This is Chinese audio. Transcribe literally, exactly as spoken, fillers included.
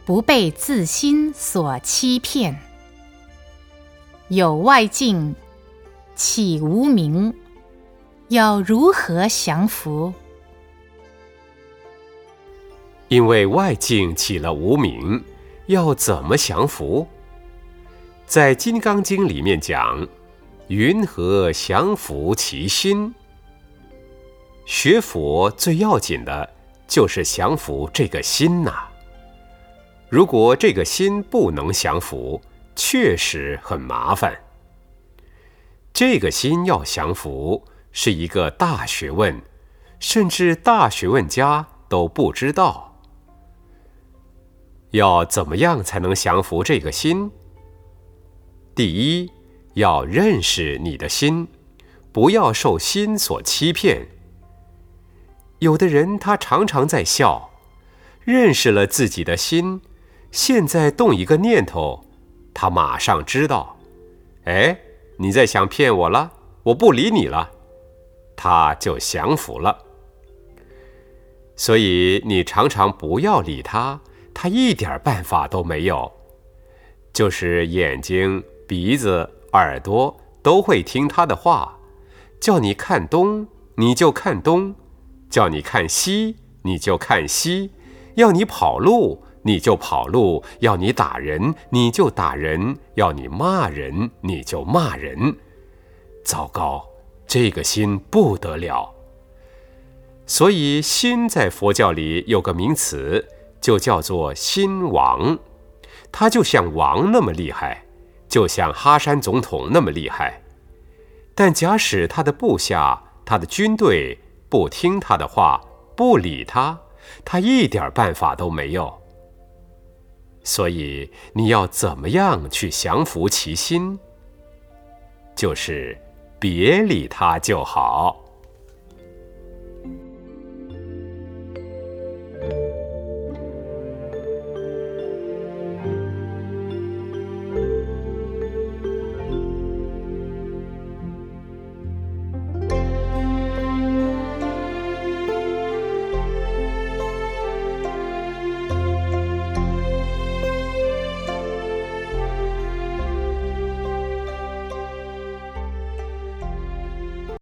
不被自心所欺骗。有外境，岂无明？要如何降伏？ 因为外境起了无明，要怎么降伏？在《金刚经》里面讲，云何降伏其心？学佛最要紧的就是降伏这个心呐。如果这个心不能降服，确实很麻烦。这个心要降服，是一个大学问，甚至大学问家都不知道。要怎么样才能降服这个心？第一，要认识你的心，不要受心所欺骗。有的人他常常在笑，认识了自己的心，现在动一个念头，他马上知道，哎，你在想骗我了，我不理你了，他就降服了。所以你常常不要理他，他一点办法都没有。就是眼睛、鼻子、耳朵都会听他的话，叫你看东，你就看东；叫你看西，你就看西；要你跑路，你就跑路；要你打人，你就打人；要你骂人，你就骂人。糟糕，这个心不得了。所以心在佛教里有个名词，就叫做心王。他就像王那么厉害，就像哈山总统那么厉害。但假使他的部下、他的军队不听他的话，不理他，他一点办法都没有。所以你要怎么样去降服其心？就是别理他就好。